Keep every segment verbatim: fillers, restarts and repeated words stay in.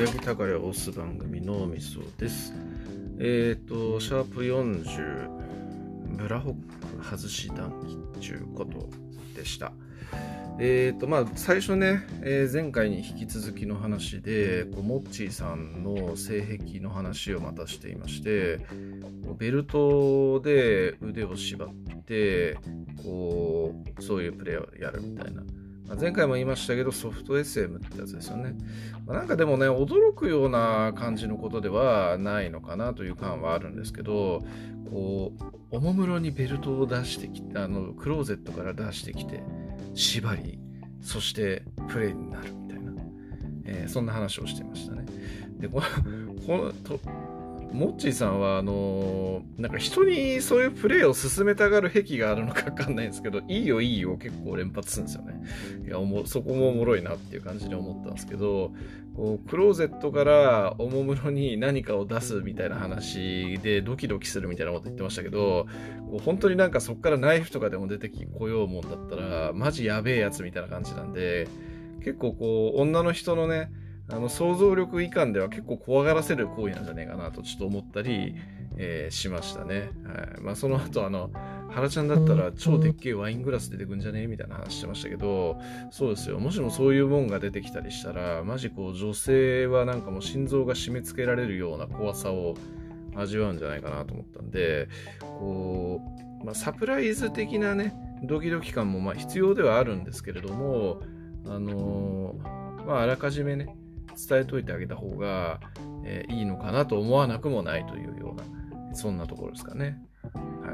八木隆也を推す番組のみそです。えっ、ー、と、シャープよんじゅう、ブラホック外し談義ちゅうことでした。えっ、ー、と、まあ、最初ね、えー、前回に引き続きの話で、こうモッチーさんの性癖の話をまたしていまして、ベルトで腕を縛って、こう、そういうプレイをやるみたいな。前回も言いましたけど、ソフト エスエム ってやつですよね。なんかでもね、驚くような感じのことではないのかなという感はあるんですけど、こう、おもむろにベルトを出してきて、あの、クローゼットから出してきて、縛り、そしてプレイになるみたいな、えー、そんな話をしていましたね。で、この、このとモッチーさんはあのー、なんか人にそういうプレーを進めたがる癖があるのか分かんないんですけど、いいよいいよ結構連発するんですよね。いや、おもそこもおもろいなっていう感じで思ったんですけど、こうクローゼットからおもむろに何かを出すみたいな話でドキドキするみたいなこと言ってましたけど、こう本当になんかそこからナイフとかでも出てこようもんだったらマジやべえやつみたいな感じなんで、結構こう女の人のね、あの想像力以下では結構怖がらせる行為なんじゃないかなとちょっと思ったり、えー、しましたね。はい。まあその後あの原ちゃんだったら超でっけえワイングラス出てくんじゃねえみたいな話してましたけど、そうですよ。もしもそういうもんが出てきたりしたら、マジこう女性はなんかもう心臓が締め付けられるような怖さを味わうんじゃないかなと思ったんで、こう、まあ、サプライズ的なねドキドキ感もまあ必要ではあるんですけれども、あのー、まああらかじめね伝えといてあげた方が、えー、いいのかなと思わなくもないというような、そんなところですかね。はい。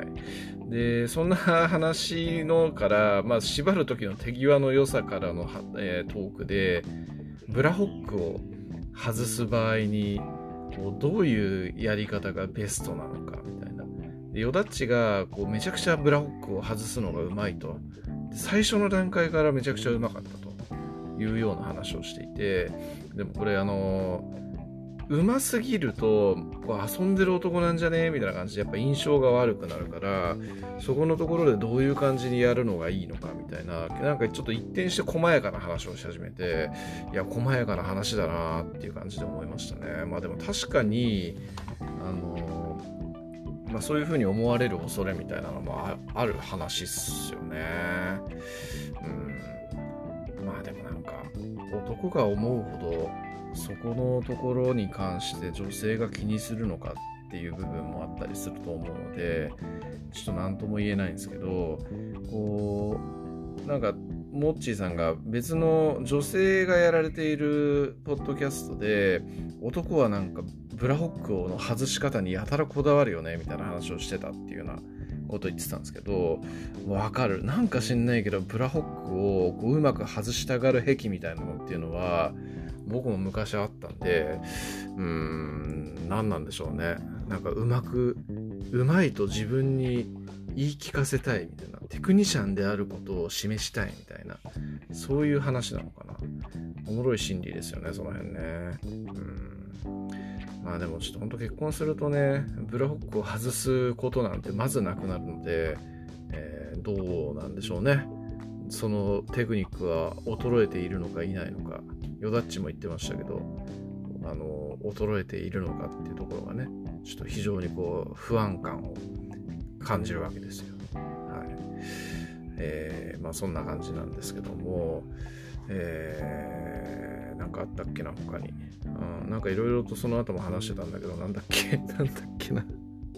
で、そんな話のから、まあ、縛る時の手際の良さからの、えー、トークで、ブラホックを外す場合に、こうどういうやり方がベストなのかみたいな。で、ヨダッチがこうめちゃくちゃブラホックを外すのがうまいと。最初の段階からめちゃくちゃうまかったというような話をしていて、でもこれあのうますぎるとこう遊んでる男なんじゃねみたいな感じでやっぱ印象が悪くなるから、そこのところでどういう感じにやるのがいいのかみたいな、なんかちょっと一転して細やかな話をし始めて、いや細やかな話だなっていう感じで思いましたね。まあでも確かにあのまあそういう風に思われる恐れみたいなのも あ, ある話っすよね。うん、まあでもなんか男が思うほどそこのところに関して女性が気にするのかっていう部分もあったりすると思うので、ちょっと何とも言えないんですけど、こうなんかモッチーさんが別の女性がやられているポッドキャストで、男はなんかブラホックの外し方にやたらこだわるよねみたいな話をしてたっていうようなこと言ってたんですけど、わかる。なんか知んないけどブラホックをこううまく外したがる癖みたいなのっていうのは僕も昔あったんで、うーん、何なんでしょうね。なんかうまくうまいと自分に言い聞かせたいみたいな、テクニシャンであることを示したいみたいな、そういう話なのかな。おもろい心理ですよね、その辺ね。うん、まあでもちょっと本当結婚するとね、ブラホックを外すことなんてまずなくなるので、えー、どうなんでしょうね。そのテクニックは衰えているのかいないのか、ヨダッチも言ってましたけど、あの衰えているのかっていうところがね、ちょっと非常にこう不安感を感じるわけですよ。はい。えー、まあそんな感じなんですけども、えー、なんかあったっけな他に、うん、なんかいろいろとその後も話してたんだけど、なんだっけなんだっけな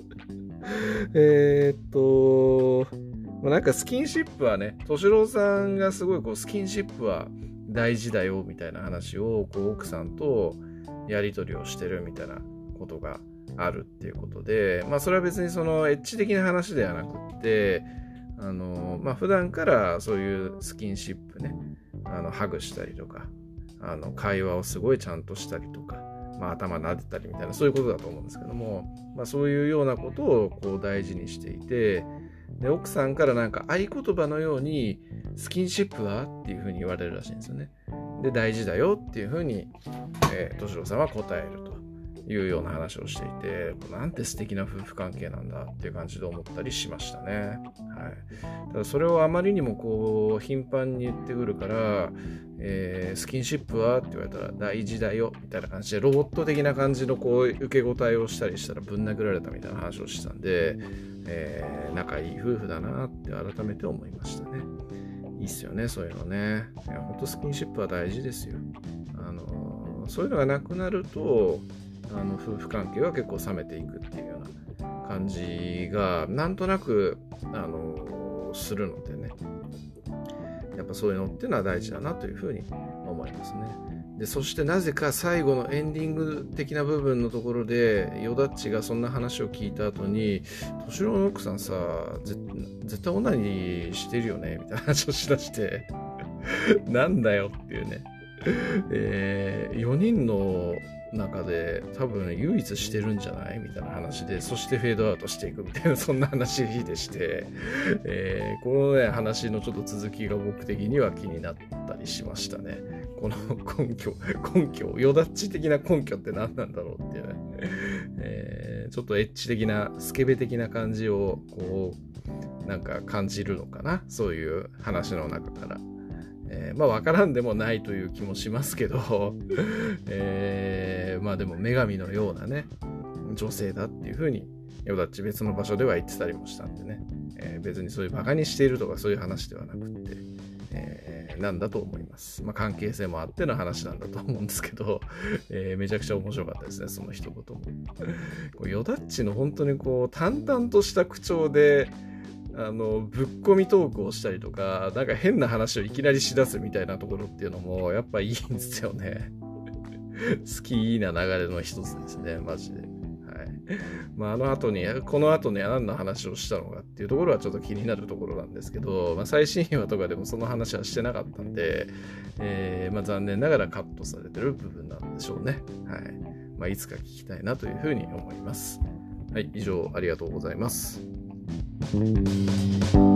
えーっとなんかスキンシップはね、敏郎さんがすごいこうスキンシップは大事だよみたいな話をこう奥さんとやり取りをしてるみたいなことがあるっていうことで、まあそれは別にそのエッジ的な話ではなくって、あのまあ普段からそういうスキンシップね、あのハグしたりとか、あの会話をすごいちゃんとしたりとか、まあ頭撫でたりみたいな、そういうことだと思うんですけども、まあそういうようなことをこう大事にしていて、で奥さんからなんか合言葉のようにスキンシップはっていう風に言われるらしいんですよね。で大事だよっていう風に、えー、敏郎さんは答えるというような話をしていて、なんて素敵な夫婦関係なんだっていう感じで思ったりしましたね。はい。ただそれをあまりにもこう頻繁に言ってくるから、えー、スキンシップはって言われたら大事だよみたいな感じでロボット的な感じのこう受け答えをしたりしたらぶん殴られたみたいな話をしてたんで、えー、仲いい夫婦だなって改めて思いましたね。いいっすよね、そういうのね。いや、ほんとスキンシップは大事ですよ。あのー、そういうのがなくなるとあの夫婦関係は結構冷めていくっていうような感じがなんとなく、あのー、するのでね、やっぱそういうのっていうのは大事だなというふうに思いますね。でそしてなぜか最後のエンディング的な部分のところでヨダッチがそんな話を聞いた後に、敏郎の奥さんさ絶対オナニーしてるよねみたいな話をしだしてなんだよっていうね、えー、よにんの中で多分唯一してるんじゃないみたいな話で、そしてフェードアウトしていくみたいなそんな話でして、えー、このね話のちょっと続きが僕的には気になったりしましたね。この根拠根拠ヨダッチ的な根拠って何なんだろうっていうね、えー、ちょっとエッチ的なスケベ的な感じをこうなんか感じるのかな、そういう話の中から。えー、まあ分からんでもないという気もしますけど、えー、まあでも女神のようなね女性だっていう風にヨダッチ別の場所では言ってたりもしたんでね、えー、別にそういうバカにしているとかそういう話ではなくって、えー、なんだと思います。まあ関係性もあっての話なんだと思うんですけど、えー、めちゃくちゃ面白かったですね、その一言も。こうヨダッチの本当にこう淡々とした口調であのぶっ込みトークをしたりとか、なんか変な話をいきなりしだすみたいなところっていうのもやっぱいいんですよね。好きな流れの一つですね、マジで。はい。まああの後にこの後に何の話をしたのかっていうところはちょっと気になるところなんですけど、まあ、最新話とかでもその話はしてなかったんで、えー、まあ残念ながらカットされてる部分なんでしょうね。はい。まあいつか聞きたいなというふうに思います。はい、以上ありがとうございます。Thank you.